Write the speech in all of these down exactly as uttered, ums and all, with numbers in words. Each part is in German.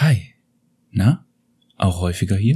Hi. Na? Auch häufiger hier?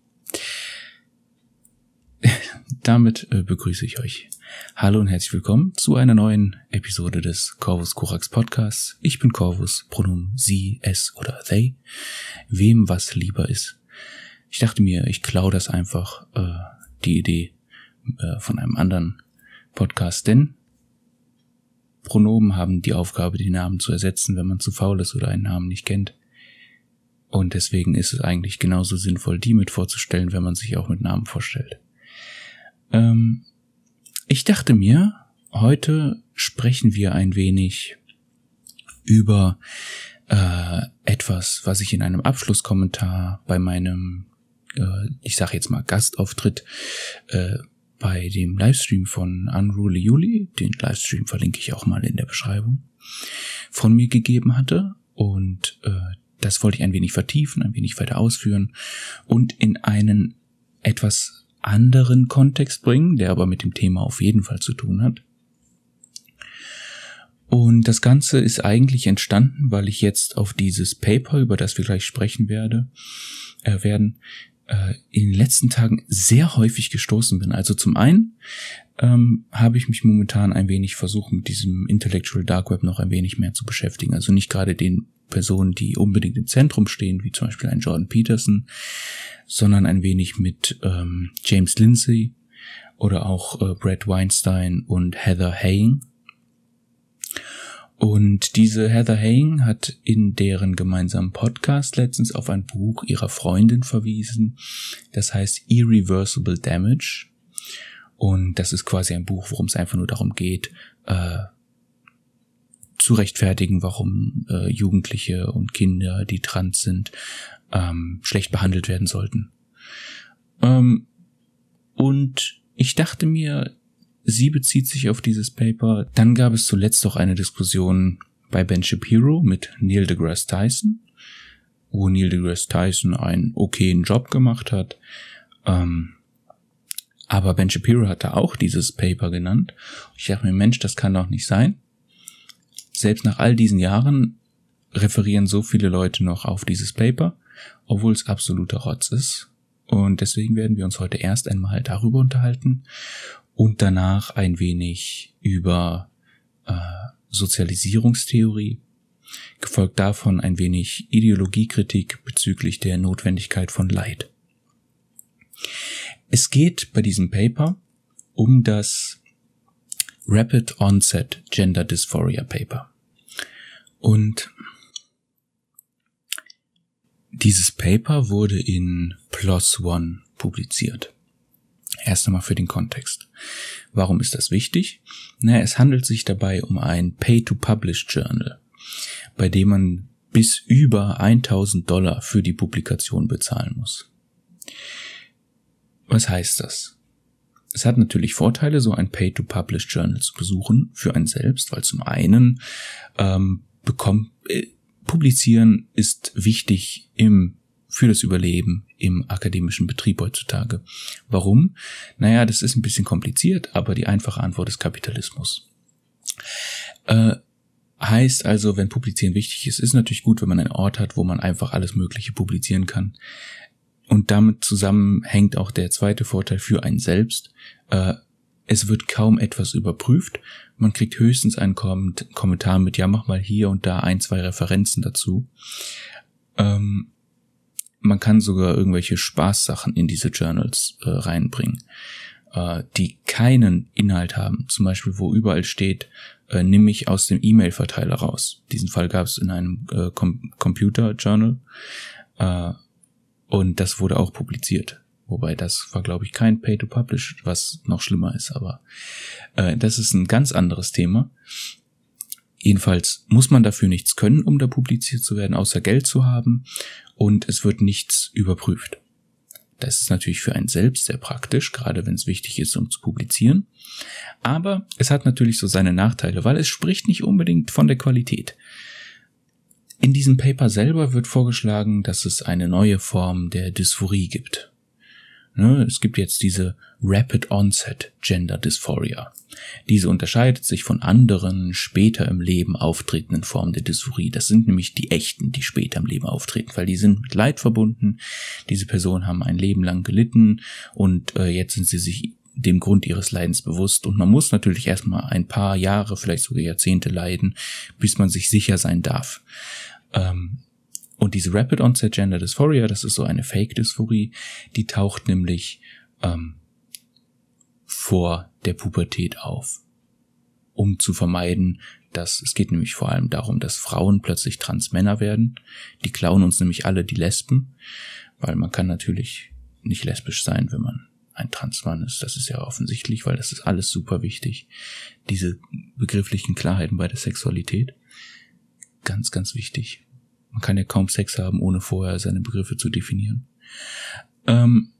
Damit äh, begrüße ich euch. Hallo und herzlich willkommen zu einer neuen Episode des Corvus Corax Podcasts. Ich bin Corvus, Pronomen sie, es oder they, wem was lieber ist. Ich dachte mir, ich klaue das einfach, äh, die Idee äh, von einem anderen Podcast, denn Pronomen haben die Aufgabe, die Namen zu ersetzen, wenn man zu faul ist oder einen Namen nicht kennt. Und deswegen ist es eigentlich genauso sinnvoll, die mit vorzustellen, wenn man sich auch mit Namen vorstellt. Ähm, ich dachte mir, heute sprechen wir ein wenig über äh, etwas, was ich in einem Abschlusskommentar bei meinem, äh, ich sage jetzt mal Gastauftritt, äh, bei dem Livestream von Unruly Juli, den Livestream verlinke ich auch mal in der Beschreibung, von mir gegeben hatte. Und äh, das wollte ich ein wenig vertiefen, ein wenig weiter ausführen und in einen etwas anderen Kontext bringen, der aber mit dem Thema auf jeden Fall zu tun hat. Und das Ganze ist eigentlich entstanden, weil ich jetzt auf dieses Paper, über das wir gleich sprechen werde, äh, werden, äh, in den letzten Tagen sehr häufig gestoßen bin. Also zum einen ähm, habe ich mich momentan ein wenig versucht, mit diesem Intellectual Dark Web noch ein wenig mehr zu beschäftigen. Also nicht gerade den Personen, die unbedingt im Zentrum stehen, wie zum Beispiel ein Jordan Peterson, sondern ein wenig mit ähm, James Lindsay oder auch äh, Brad Weinstein und Heather Heying. Und diese Heather Heying hat in deren gemeinsamen Podcast letztens auf ein Buch ihrer Freundin verwiesen, das heißt Irreversible Damage. Und das ist quasi ein Buch, worum es einfach nur darum geht, äh, zu rechtfertigen, warum äh, Jugendliche und Kinder, die trans sind, ähm, schlecht behandelt werden sollten. Ähm, und ich dachte mir, sie bezieht sich auf dieses Paper. Dann gab es zuletzt auch eine Diskussion bei Ben Shapiro mit Neil deGrasse Tyson, wo Neil deGrasse Tyson einen okayen Job gemacht hat. Ähm, aber Ben Shapiro hatte auch dieses Paper genannt. Ich dachte mir, Mensch, das kann doch nicht sein. Selbst nach all diesen Jahren referieren so viele Leute noch auf dieses Paper, obwohl es absoluter Rotz ist. Und deswegen werden wir uns heute erst einmal darüber unterhalten und danach ein wenig über äh, Sozialisierungstheorie, gefolgt davon ein wenig Ideologiekritik bezüglich der Notwendigkeit von Leid. Es geht bei diesem Paper um das Rapid Onset Gender Dysphoria Paper. Und dieses Paper wurde in PLOS ONE publiziert. Erst einmal für den Kontext. Warum ist das wichtig? Na, es handelt sich dabei um ein Pay-to-Publish-Journal, bei dem man bis über tausend Dollar für die Publikation bezahlen muss. Was heißt das? Es hat natürlich Vorteile, so ein Pay-to-Publish-Journal zu besuchen für einen selbst, weil zum einen ähm, bekommt, äh, publizieren ist wichtig im für das Überleben im akademischen Betrieb heutzutage. Warum? Naja, das ist ein bisschen kompliziert, aber die einfache Antwort ist Kapitalismus. Äh, heißt also, wenn Publizieren wichtig ist, ist natürlich gut, wenn man einen Ort hat, wo man einfach alles Mögliche publizieren kann. Und damit zusammenhängt auch der zweite Vorteil für einen selbst. Äh, es wird kaum etwas überprüft. Man kriegt höchstens einen Kom- Kommentar mit, ja, mach mal hier und da ein, zwei Referenzen dazu. Ähm, man kann sogar irgendwelche Spaßsachen in diese Journals äh, reinbringen, äh, die keinen Inhalt haben. Zum Beispiel, wo überall steht, äh, nimm mich aus dem E-Mail-Verteiler raus. Diesen Fall gab es in einem äh, Com- Computer-Journal. Äh, Und das wurde auch publiziert. Wobei das war, glaube ich, kein Pay-to-Publish, was noch schlimmer ist. Aber äh, das ist ein ganz anderes Thema. Jedenfalls muss man dafür nichts können, um da publiziert zu werden, außer Geld zu haben. Und es wird nichts überprüft. Das ist natürlich für einen selbst sehr praktisch, gerade wenn es wichtig ist, um zu publizieren. Aber es hat natürlich so seine Nachteile, weil es spricht nicht unbedingt von der Qualität. In diesem Paper selber wird vorgeschlagen, dass es eine neue Form der Dysphorie gibt. Ne, es gibt jetzt diese Rapid Onset Gender Dysphoria. Diese unterscheidet sich von anderen später im Leben auftretenden Formen der Dysphorie. Das sind nämlich die echten, die später im Leben auftreten, weil die sind mit Leid verbunden. Diese Personen haben ein Leben lang gelitten und äh, jetzt sind sie sich dem Grund ihres Leidens bewusst. Und man muss natürlich erstmal ein paar Jahre, vielleicht sogar Jahrzehnte leiden, bis man sich sicher sein darf. Ähm, Und diese Rapid Onset Gender Dysphoria, das ist so eine Fake-Dysphorie, die taucht nämlich ähm, vor der Pubertät auf, um zu vermeiden, dass, es geht nämlich vor allem darum, dass Frauen plötzlich Transmänner werden. Die klauen uns nämlich alle die Lesben, weil man kann natürlich nicht lesbisch sein, wenn man ein Transmann ist. Das ist ja offensichtlich, weil das ist alles super wichtig. Diese begrifflichen Klarheiten bei der Sexualität, ganz, ganz wichtig. Man kann ja kaum Sex haben, ohne vorher seine Begriffe zu definieren. Ähm,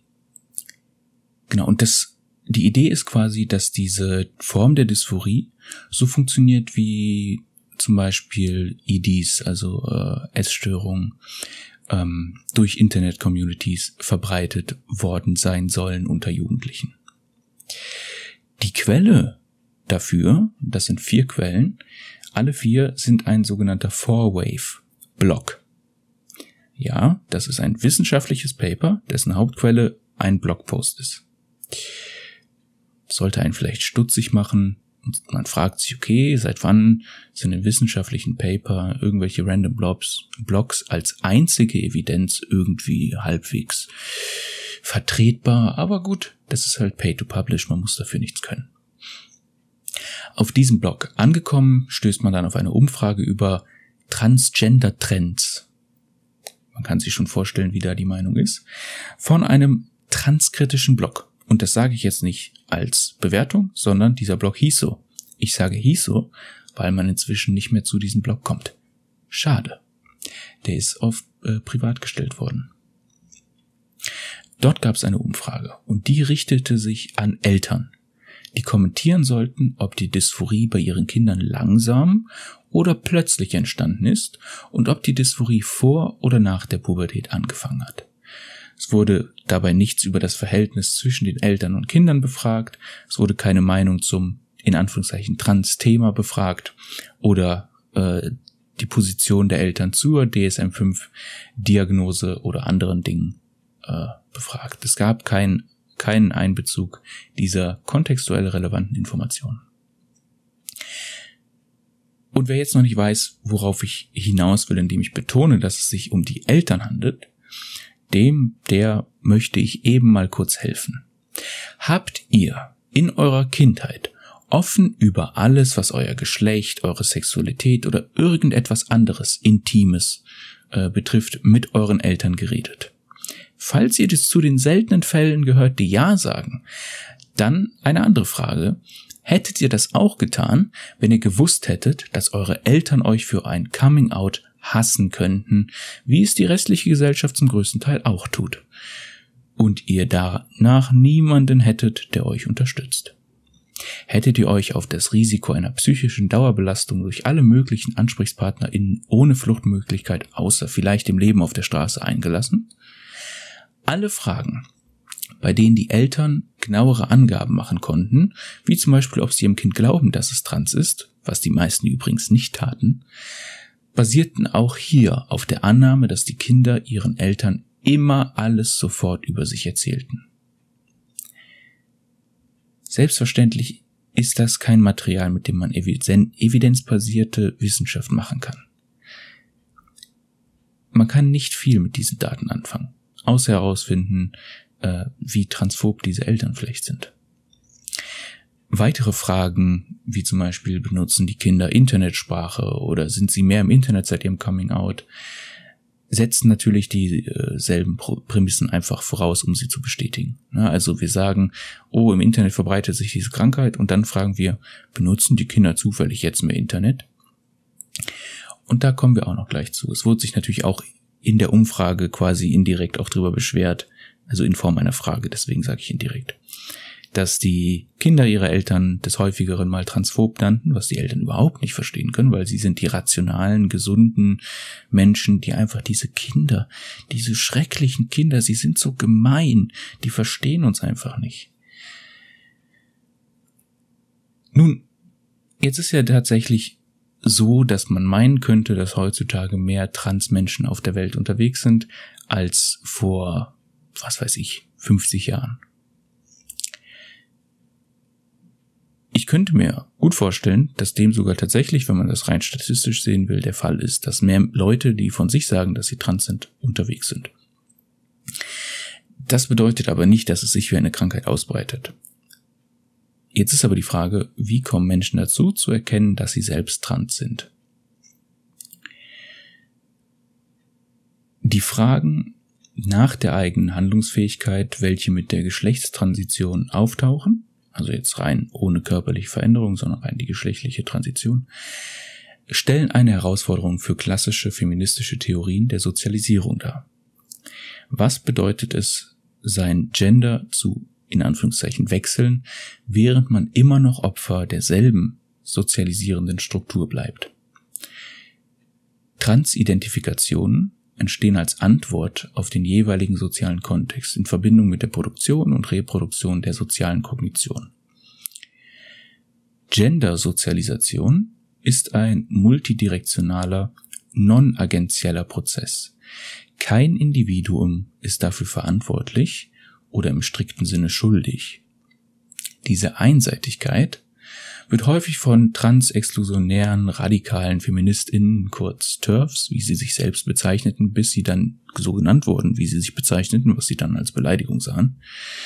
genau, und das, die Idee ist quasi, dass diese Form der Dysphorie so funktioniert wie zum Beispiel E Ds, also äh, Essstörungen, ähm, durch Internet-Communities verbreitet worden sein sollen unter Jugendlichen. Die Quelle dafür, das sind vier Quellen, alle vier sind ein sogenannter Four-Wave Blog. Ja, das ist ein wissenschaftliches Paper, dessen Hauptquelle ein Blogpost ist. Das sollte einen vielleicht stutzig machen und man fragt sich, okay, seit wann sind in wissenschaftlichen Paper irgendwelche random Blogs, Blogs als einzige Evidenz irgendwie halbwegs vertretbar, aber gut, das ist halt Pay to Publish, man muss dafür nichts können. Auf diesem Blog angekommen, stößt man dann auf eine Umfrage über Transgender-Trends. Man kann sich schon vorstellen, wie da die Meinung ist. Von einem transkritischen Blog. Und das sage ich jetzt nicht als Bewertung, sondern dieser Blog hieß so. Ich sage hieß so, weil man inzwischen nicht mehr zu diesem Blog kommt. Schade. Der ist auf äh, privat gestellt worden. Dort gab es eine Umfrage und die richtete sich an Eltern, die kommentieren sollten, ob die Dysphorie bei ihren Kindern langsam oder plötzlich entstanden ist und ob die Dysphorie vor oder nach der Pubertät angefangen hat. Es wurde dabei nichts über das Verhältnis zwischen den Eltern und Kindern befragt, es wurde keine Meinung zum, in Anführungszeichen, Trans-Thema befragt oder äh, die Position der Eltern zur D S M fünf Diagnose oder anderen Dingen äh, befragt. Es gab kein keinen Einbezug dieser kontextuell relevanten Informationen. Und wer jetzt noch nicht weiß, worauf ich hinaus will, indem ich betone, dass es sich um die Eltern handelt, dem, der möchte ich eben mal kurz helfen. Habt ihr in eurer Kindheit offen über alles, was euer Geschlecht, eure Sexualität oder irgendetwas anderes Intimes äh, betrifft, mit euren Eltern geredet? Falls ihr das zu den seltenen Fällen gehört, die Ja sagen, dann eine andere Frage. Hättet ihr das auch getan, wenn ihr gewusst hättet, dass eure Eltern euch für ein Coming-out hassen könnten, wie es die restliche Gesellschaft zum größten Teil auch tut, und ihr danach niemanden hättet, der euch unterstützt? Hättet ihr euch auf das Risiko einer psychischen Dauerbelastung durch alle möglichen AnsprechpartnerInnen ohne Fluchtmöglichkeit außer vielleicht dem Leben auf der Straße eingelassen? Alle Fragen, bei denen die Eltern genauere Angaben machen konnten, wie zum Beispiel, ob sie ihrem Kind glauben, dass es trans ist, was die meisten übrigens nicht taten, basierten auch hier auf der Annahme, dass die Kinder ihren Eltern immer alles sofort über sich erzählten. Selbstverständlich ist das kein Material, mit dem man evidenzbasierte Wissenschaft machen kann. Man kann nicht viel mit diesen Daten anfangen, außer herausfinden, äh, wie transphob diese Eltern vielleicht sind. Weitere Fragen, wie zum Beispiel, benutzen die Kinder Internetsprache oder sind sie mehr im Internet seit ihrem Coming-out, setzen natürlich dieselben Prämissen einfach voraus, um sie zu bestätigen. Also wir sagen, oh, im Internet verbreitet sich diese Krankheit, und dann fragen wir, benutzen die Kinder zufällig jetzt mehr Internet? Und da kommen wir auch noch gleich zu. Es wurde sich natürlich auch in der Umfrage quasi indirekt auch drüber beschwert, also in Form einer Frage, deswegen sage ich indirekt. dass die Kinder ihrer Eltern des häufigeren mal transphob nannten, was die Eltern überhaupt nicht verstehen können, weil sie sind die rationalen, gesunden Menschen, die einfach diese Kinder, diese schrecklichen Kinder, sie sind so gemein, die verstehen uns einfach nicht. Nun, jetzt ist ja tatsächlich so, dass man meinen könnte, dass heutzutage mehr Transmenschen auf der Welt unterwegs sind, als vor, was weiß ich, fünfzig Jahren. Ich könnte mir gut vorstellen, dass dem sogar tatsächlich, wenn man das rein statistisch sehen will, der Fall ist, dass mehr Leute, die von sich sagen, dass sie trans sind, unterwegs sind. Das bedeutet aber nicht, dass es sich wie eine Krankheit ausbreitet. Jetzt ist aber die Frage, wie kommen Menschen dazu, zu erkennen, dass sie selbst trans sind? Die Fragen nach der eigenen Handlungsfähigkeit, welche mit der Geschlechtstransition auftauchen, also jetzt rein ohne körperliche Veränderung, sondern rein die geschlechtliche Transition, stellen eine Herausforderung für klassische feministische Theorien der Sozialisierung dar. Was bedeutet es, sein Gender zu, in Anführungszeichen, wechseln, während man immer noch Opfer derselben sozialisierenden Struktur bleibt? Transidentifikationen entstehen als Antwort auf den jeweiligen sozialen Kontext in Verbindung mit der Produktion und Reproduktion der sozialen Kognition. Gendersozialisation ist ein multidirektionaler, non-agentieller Prozess. Kein Individuum ist dafür verantwortlich oder im strikten Sinne schuldig. Diese Einseitigkeit wird häufig von transexklusionären, radikalen FeministInnen, kurz TERFs, wie sie sich selbst bezeichneten, bis sie dann so genannt wurden, wie sie sich bezeichneten, was sie dann als Beleidigung sahen,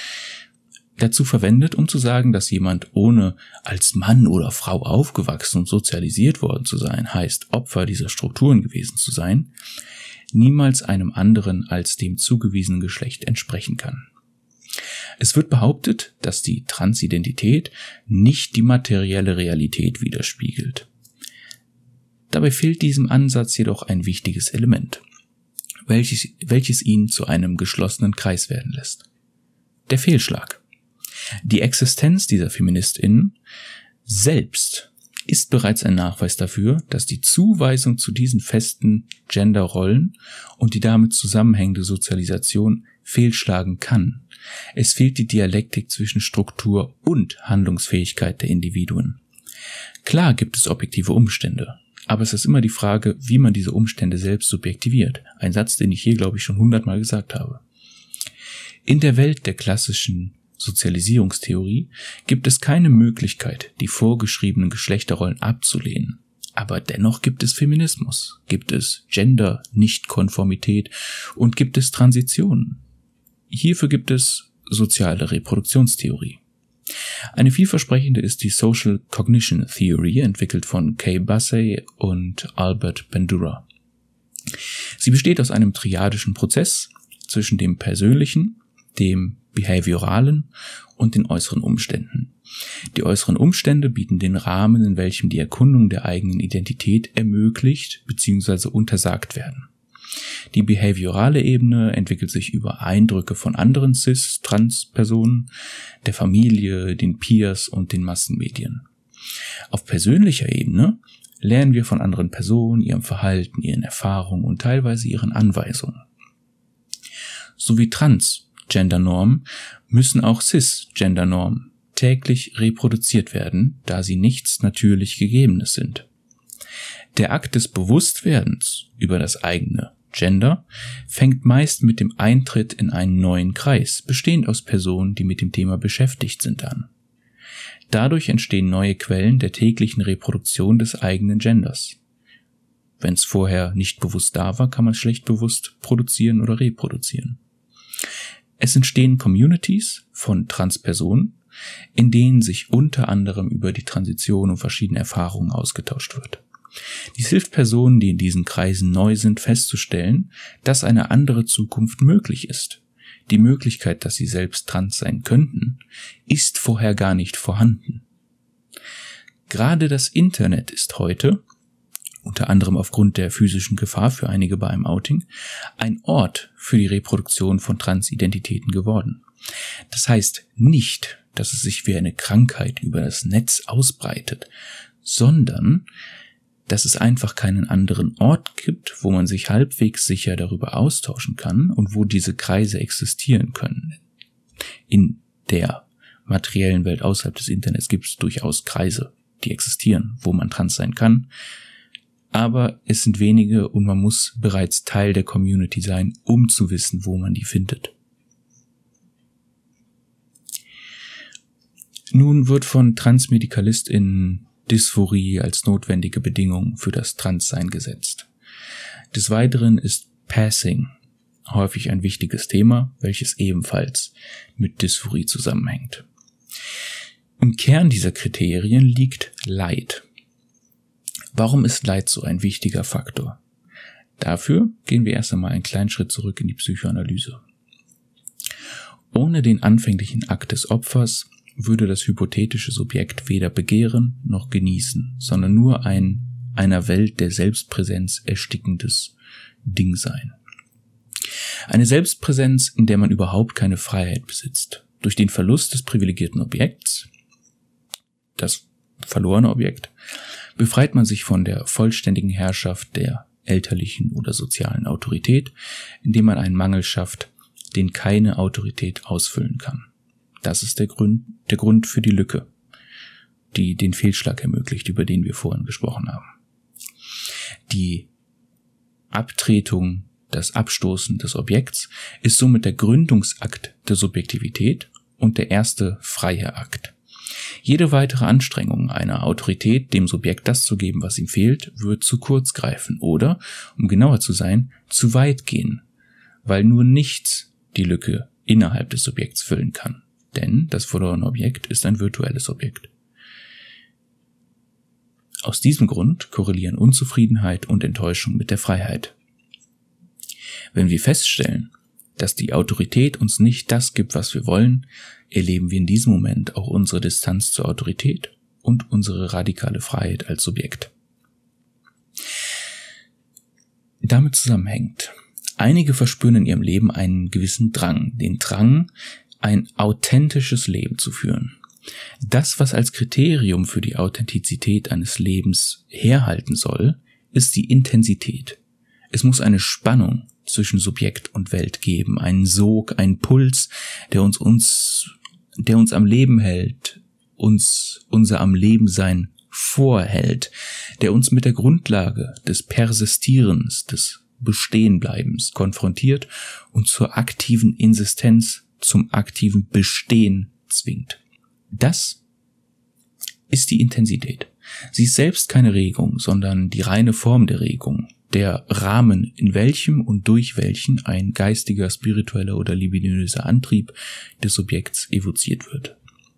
dazu verwendet, um zu sagen, dass jemand ohne als Mann oder Frau aufgewachsen und sozialisiert worden zu sein, heißt Opfer dieser Strukturen gewesen zu sein, niemals einem anderen als dem zugewiesenen Geschlecht entsprechen kann. Es wird behauptet, dass die Transidentität nicht die materielle Realität widerspiegelt. Dabei fehlt diesem Ansatz jedoch ein wichtiges Element, welches, welches ihn zu einem geschlossenen Kreis werden lässt. Der Fehlschlag. Die Existenz dieser FeministInnen selbst ist bereits ein Nachweis dafür, dass die Zuweisung zu diesen festen Genderrollen und die damit zusammenhängende Sozialisation fehlschlagen kann. Es fehlt die Dialektik zwischen Struktur und Handlungsfähigkeit der Individuen. Klar gibt es objektive Umstände, aber es ist immer die Frage, wie man diese Umstände selbst subjektiviert. Ein Satz, den ich hier, glaube ich, schon hundertmal gesagt habe. In der Welt der klassischen Sozialisierungstheorie gibt es keine Möglichkeit, die vorgeschriebenen Geschlechterrollen abzulehnen. Aber dennoch gibt es Feminismus, gibt es Gender-Nichtkonformität und gibt es Transitionen. Hierfür gibt es soziale Reproduktionstheorie. Eine vielversprechende ist die Social Cognition Theory, entwickelt von Kay Bussey und Albert Bandura. Sie besteht aus einem triadischen Prozess zwischen dem Persönlichen, dem Behavioralen und den äußeren Umständen. Die äußeren Umstände bieten den Rahmen, in welchem die Erkundung der eigenen Identität ermöglicht bzw. untersagt werden. Die behaviorale Ebene entwickelt sich über Eindrücke von anderen cis-trans-Personen, der Familie, den Peers und den Massenmedien. Auf persönlicher Ebene lernen wir von anderen Personen, ihrem Verhalten, ihren Erfahrungen und teilweise ihren Anweisungen. Sowie Trans-Gender-Normen müssen auch Cis-Gender-Normen täglich reproduziert werden, da sie nichts natürlich Gegebenes sind. Der Akt des Bewusstwerdens über das eigene Gender fängt meist mit dem Eintritt in einen neuen Kreis, bestehend aus Personen, die mit dem Thema beschäftigt sind, an. Dadurch entstehen neue Quellen der täglichen Reproduktion des eigenen Genders. Wenn es vorher nicht bewusst da war, kann man es schlecht bewusst produzieren oder reproduzieren. Es entstehen Communities von Transpersonen, in denen sich unter anderem über die Transition und verschiedene Erfahrungen ausgetauscht wird. Dies hilft Personen, die in diesen Kreisen neu sind, festzustellen, dass eine andere Zukunft möglich ist. Die Möglichkeit, dass sie selbst trans sein könnten, ist vorher gar nicht vorhanden. Gerade das Internet ist heute, unter anderem aufgrund der physischen Gefahr für einige bei einem Outing, ein Ort für die Reproduktion von Transidentitäten geworden. Das heißt nicht, dass es sich wie eine Krankheit über das Netz ausbreitet, sondern dass es einfach keinen anderen Ort gibt, wo man sich halbwegs sicher darüber austauschen kann und wo diese Kreise existieren können. In der materiellen Welt außerhalb des Internets gibt es durchaus Kreise, die existieren, wo man trans sein kann, aber es sind wenige und man muss bereits Teil der Community sein, um zu wissen, wo man die findet. Nun wird von TransmedikalistInnen Dysphorie als notwendige Bedingung für das Transsein gesetzt. Des Weiteren ist Passing häufig ein wichtiges Thema, welches ebenfalls mit Dysphorie zusammenhängt. Im Kern dieser Kriterien liegt Leid. Warum ist Leid so ein wichtiger Faktor? Dafür gehen wir erst einmal einen kleinen Schritt zurück in die Psychoanalyse. Ohne den anfänglichen Akt des Opfers würde das hypothetische Subjekt weder begehren noch genießen, sondern nur ein einer Welt der Selbstpräsenz erstickendes Ding sein. Eine Selbstpräsenz, in der man überhaupt keine Freiheit besitzt. Durch den Verlust des privilegierten Objekts, das verlorene Objekt, befreit man sich von der vollständigen Herrschaft der elterlichen oder sozialen Autorität, indem man einen Mangel schafft, den keine Autorität ausfüllen kann. Das ist der Grund, der Grund für die Lücke, die den Fehlschlag ermöglicht, über den wir vorhin gesprochen haben. Die Abtretung, das Abstoßen des Objekts ist somit der Gründungsakt der Subjektivität und der erste freie Akt. Jede weitere Anstrengung einer Autorität, dem Subjekt das zu geben, was ihm fehlt, wird zu kurz greifen oder, um genauer zu sein, zu weit gehen, weil nur nichts die Lücke innerhalb des Subjekts füllen kann. Denn das verlorene Objekt ist ein virtuelles Objekt. Aus diesem Grund korrelieren Unzufriedenheit und Enttäuschung mit der Freiheit. Wenn wir feststellen, dass die Autorität uns nicht das gibt, was wir wollen, erleben wir in diesem Moment auch unsere Distanz zur Autorität und unsere radikale Freiheit als Subjekt. Damit zusammenhängt: Einige verspüren in ihrem Leben einen gewissen Drang, den Drang, ein authentisches Leben zu führen. Das, was als Kriterium für die Authentizität eines Lebens herhalten soll, ist die Intensität. Es muss eine Spannung zwischen Subjekt und Welt geben, einen Sog, einen Puls, der uns, uns, der uns am Leben hält, uns unser am Leben sein vorhält, der uns mit der Grundlage des Persistierens, des Bestehenbleibens konfrontiert und zur aktiven Insistenz, zum aktiven Bestehen zwingt. Das ist die Intensität. Sie ist selbst keine Regung, sondern die reine Form der Regung, der Rahmen, in welchem und durch welchen ein geistiger, spiritueller oder libidinöser Antrieb des Subjekts evoziert wird.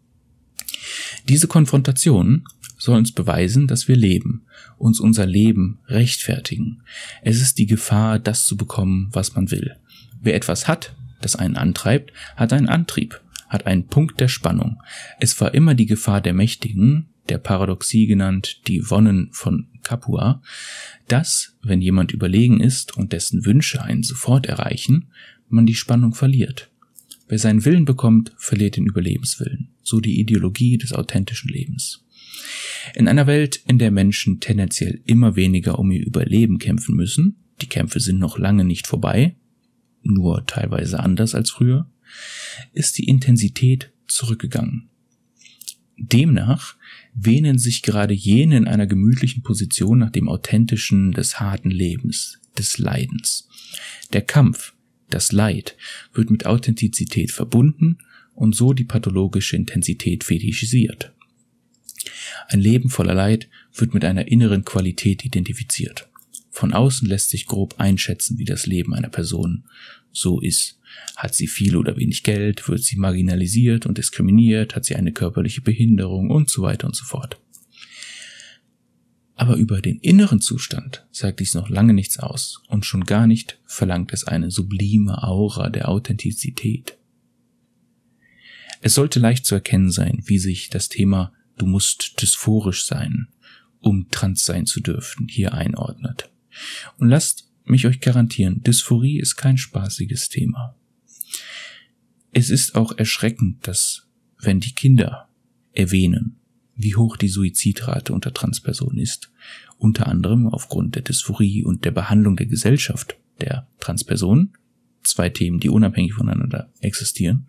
Diese Konfrontation soll uns beweisen, dass wir leben, uns unser Leben rechtfertigen. Es ist die Gefahr, das zu bekommen, was man will. Wer etwas hat, das einen antreibt, hat einen Antrieb, hat einen Punkt der Spannung. Es war immer die Gefahr der Mächtigen, der Paradoxie genannt, die Wonnen von Capua, dass, wenn jemand überlegen ist und dessen Wünsche einen sofort erreichen, man die Spannung verliert. Wer seinen Willen bekommt, verliert den Überlebenswillen. So die Ideologie des authentischen Lebens. In einer Welt, in der Menschen tendenziell immer weniger um ihr Überleben kämpfen müssen, die Kämpfe sind noch lange nicht vorbei, nur teilweise anders als früher, ist die Intensität zurückgegangen. Demnach wähnen sich gerade jene in einer gemütlichen Position nach dem Authentischen des harten Lebens, des Leidens. Der Kampf, das Leid, wird mit Authentizität verbunden und so die pathologische Intensität fetischisiert. Ein Leben voller Leid wird mit einer inneren Qualität identifiziert. Von außen lässt sich grob einschätzen, wie das Leben einer Person so ist. Hat sie viel oder wenig Geld, wird sie marginalisiert und diskriminiert, hat sie eine körperliche Behinderung und so weiter und so fort. Aber über den inneren Zustand sagt dies noch lange nichts aus und schon gar nicht verlangt es eine sublime Aura der Authentizität. Es sollte leicht zu erkennen sein, wie sich das Thema "Du musst dysphorisch sein, um trans sein zu dürfen" hier einordnet. Und lasst mich euch garantieren, Dysphorie ist kein spaßiges Thema. Es ist auch erschreckend, dass wenn die Kinder erwähnen, wie hoch die Suizidrate unter Transpersonen ist, unter anderem aufgrund der Dysphorie und der Behandlung der Gesellschaft der Transpersonen, zwei Themen, die unabhängig voneinander existieren,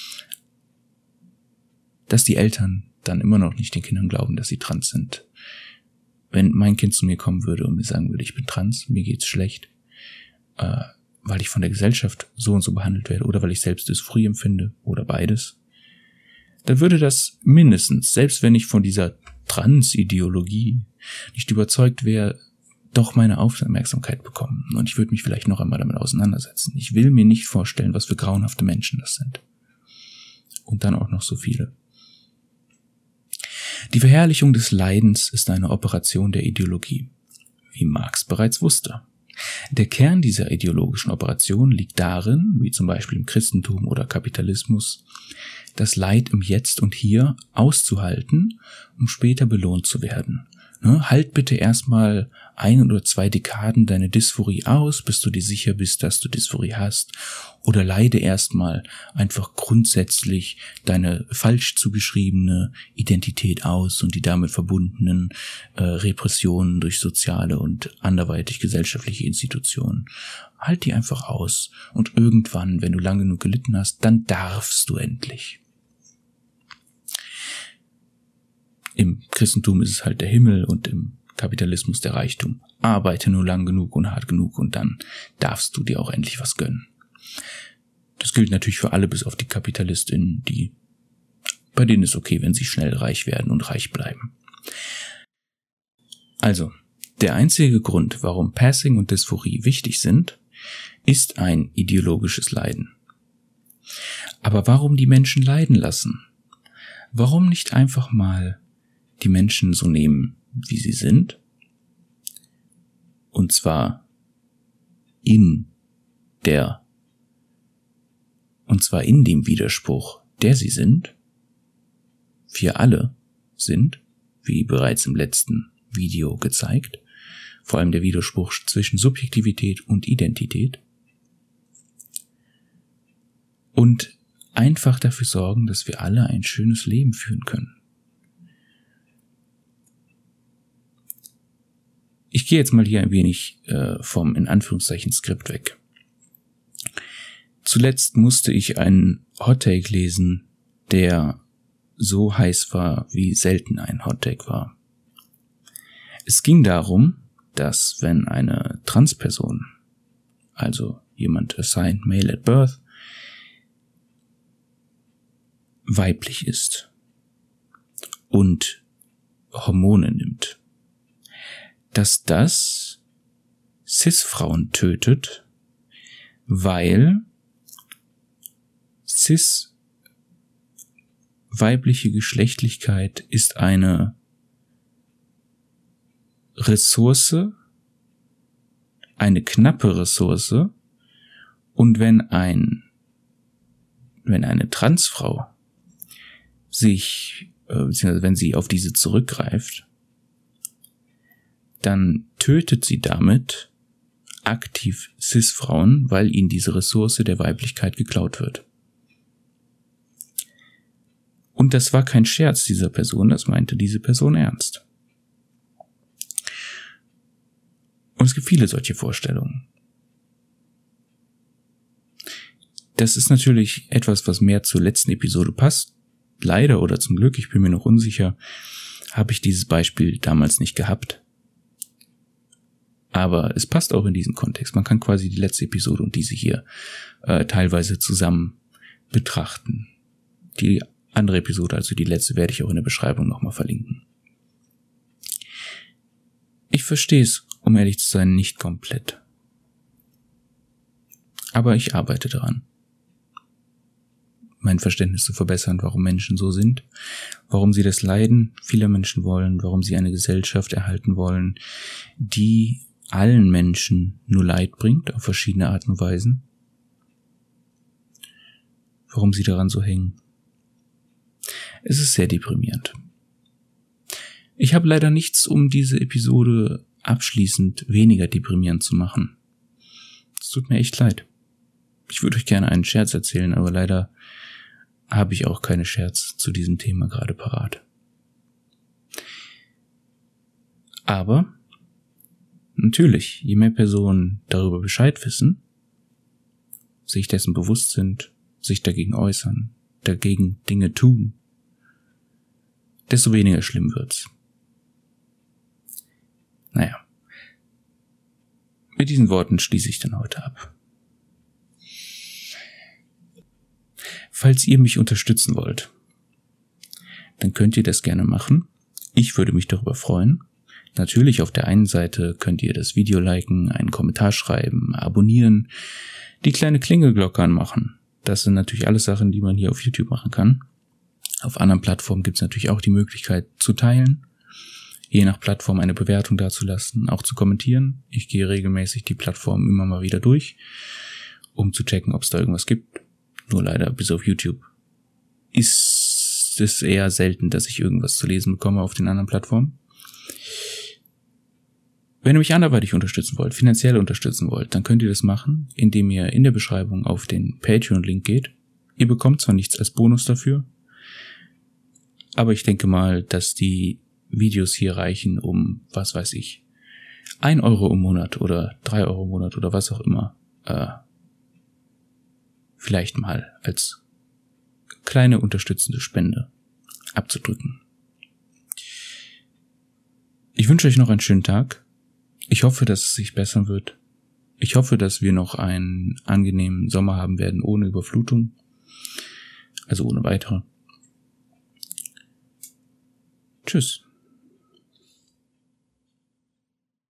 dass die Eltern dann immer noch nicht den Kindern glauben, dass sie trans sind. Wenn mein Kind zu mir kommen würde und mir sagen würde, ich bin trans, mir geht's schlecht, äh, weil ich von der Gesellschaft so und so behandelt werde oder weil ich selbst Dysphorie empfinde oder beides, dann würde das mindestens, selbst wenn ich von dieser Trans-Ideologie nicht überzeugt wäre, doch meine Aufmerksamkeit bekommen. Und ich würde mich vielleicht noch einmal damit auseinandersetzen. Ich will mir nicht vorstellen, was für grauenhafte Menschen das sind. Und dann auch noch so viele. Die Verherrlichung des Leidens ist eine Operation der Ideologie, wie Marx bereits wusste. Der Kern dieser ideologischen Operation liegt darin, wie zum Beispiel im Christentum oder Kapitalismus, das Leid im Jetzt und Hier auszuhalten, um später belohnt zu werden. Ne, halt bitte erstmal ein oder zwei Dekaden deine Dysphorie aus, bis du dir sicher bist, dass du Dysphorie hast. Oder leide erstmal einfach grundsätzlich deine falsch zugeschriebene Identität aus und die damit verbundenen äh, Repressionen durch soziale und anderweitig gesellschaftliche Institutionen. Halt die einfach aus und irgendwann, wenn du lange genug gelitten hast, dann darfst du endlich. Im Christentum ist es halt der Himmel und im Kapitalismus der Reichtum. Arbeite nur lang genug und hart genug und dann darfst du dir auch endlich was gönnen. Das gilt natürlich für alle, bis auf die KapitalistInnen, die, bei denen ist okay, wenn sie schnell reich werden und reich bleiben. Also, der einzige Grund, warum Passing und Dysphorie wichtig sind, ist ein ideologisches Leiden. Aber warum die Menschen leiden lassen? Warum nicht einfach mal die Menschen so nehmen, wie sie sind? Und zwar in der, und zwar in dem Widerspruch, der sie sind. Wir alle sind, wie bereits im letzten Video gezeigt, vor allem der Widerspruch zwischen Subjektivität und Identität. Und einfach dafür sorgen, dass wir alle ein schönes Leben führen können. Ich gehe jetzt mal hier ein wenig äh, vom, in Anführungszeichen, Skript weg. Zuletzt musste ich einen Hottake lesen, der so heiß war, wie selten ein Hottake war. Es ging darum, dass wenn eine Transperson, also jemand assigned male at birth, weiblich ist und Hormone nimmt, dass das Cis-Frauen tötet, weil Cis weibliche Geschlechtlichkeit ist eine Ressource, eine knappe Ressource, und wenn ein, wenn eine Transfrau sich, äh, beziehungsweise wenn sie auf diese zurückgreift, dann tötet sie damit aktiv Cis-Frauen, weil ihnen diese Ressource der Weiblichkeit geklaut wird. Und das war kein Scherz dieser Person, das meinte diese Person ernst. Und es gibt viele solche Vorstellungen. Das ist natürlich etwas, was mehr zur letzten Episode passt. Leider oder zum Glück, ich bin mir noch unsicher, habe ich dieses Beispiel damals nicht gehabt. Aber es passt auch in diesen Kontext. Man kann quasi die letzte Episode und diese hier äh, teilweise zusammen betrachten. Die andere Episode, also die letzte, werde ich auch in der Beschreibung nochmal verlinken. Ich verstehe es, um ehrlich zu sein, nicht komplett. Aber ich arbeite daran, mein Verständnis zu verbessern, warum Menschen so sind, warum sie das Leiden vieler Menschen wollen, warum sie eine Gesellschaft erhalten wollen, die allen Menschen nur Leid bringt, auf verschiedene Arten und Weisen, warum sie daran so hängen. Es ist sehr deprimierend. Ich habe leider nichts, um diese Episode abschließend weniger deprimierend zu machen. Es tut mir echt leid. Ich würde euch gerne einen Scherz erzählen, aber leider habe ich auch keine Scherz zu diesem Thema gerade parat. Aber natürlich, je mehr Personen darüber Bescheid wissen, sich dessen bewusst sind, sich dagegen äußern, dagegen Dinge tun, desto weniger schlimm wird's. Naja, mit diesen Worten schließe ich dann heute ab. Falls ihr mich unterstützen wollt, dann könnt ihr das gerne machen. Ich würde mich darüber freuen. Natürlich, auf der einen Seite könnt ihr das Video liken, einen Kommentar schreiben, abonnieren, die kleine Klingelglocke anmachen. Das sind natürlich alles Sachen, die man hier auf YouTube machen kann. Auf anderen Plattformen gibt es natürlich auch die Möglichkeit zu teilen, je nach Plattform eine Bewertung dazulassen, auch zu kommentieren. Ich gehe regelmäßig die Plattform immer mal wieder durch, um zu checken, ob es da irgendwas gibt. Nur leider bis auf YouTube ist es eher selten, dass ich irgendwas zu lesen bekomme auf den anderen Plattformen. Wenn ihr mich anderweitig unterstützen wollt, finanziell unterstützen wollt, dann könnt ihr das machen, indem ihr in der Beschreibung auf den Patreon-Link geht. Ihr bekommt zwar nichts als Bonus dafür, aber ich denke mal, dass die Videos hier reichen, um, was weiß ich, ein Euro im Monat oder drei Euro im Monat oder was auch immer, äh, vielleicht mal als kleine unterstützende Spende abzudrücken. Ich wünsche euch noch einen schönen Tag. Ich hoffe, dass es sich bessern wird. Ich hoffe, dass wir noch einen angenehmen Sommer haben werden, ohne Überflutung. Also ohne weitere. Tschüss.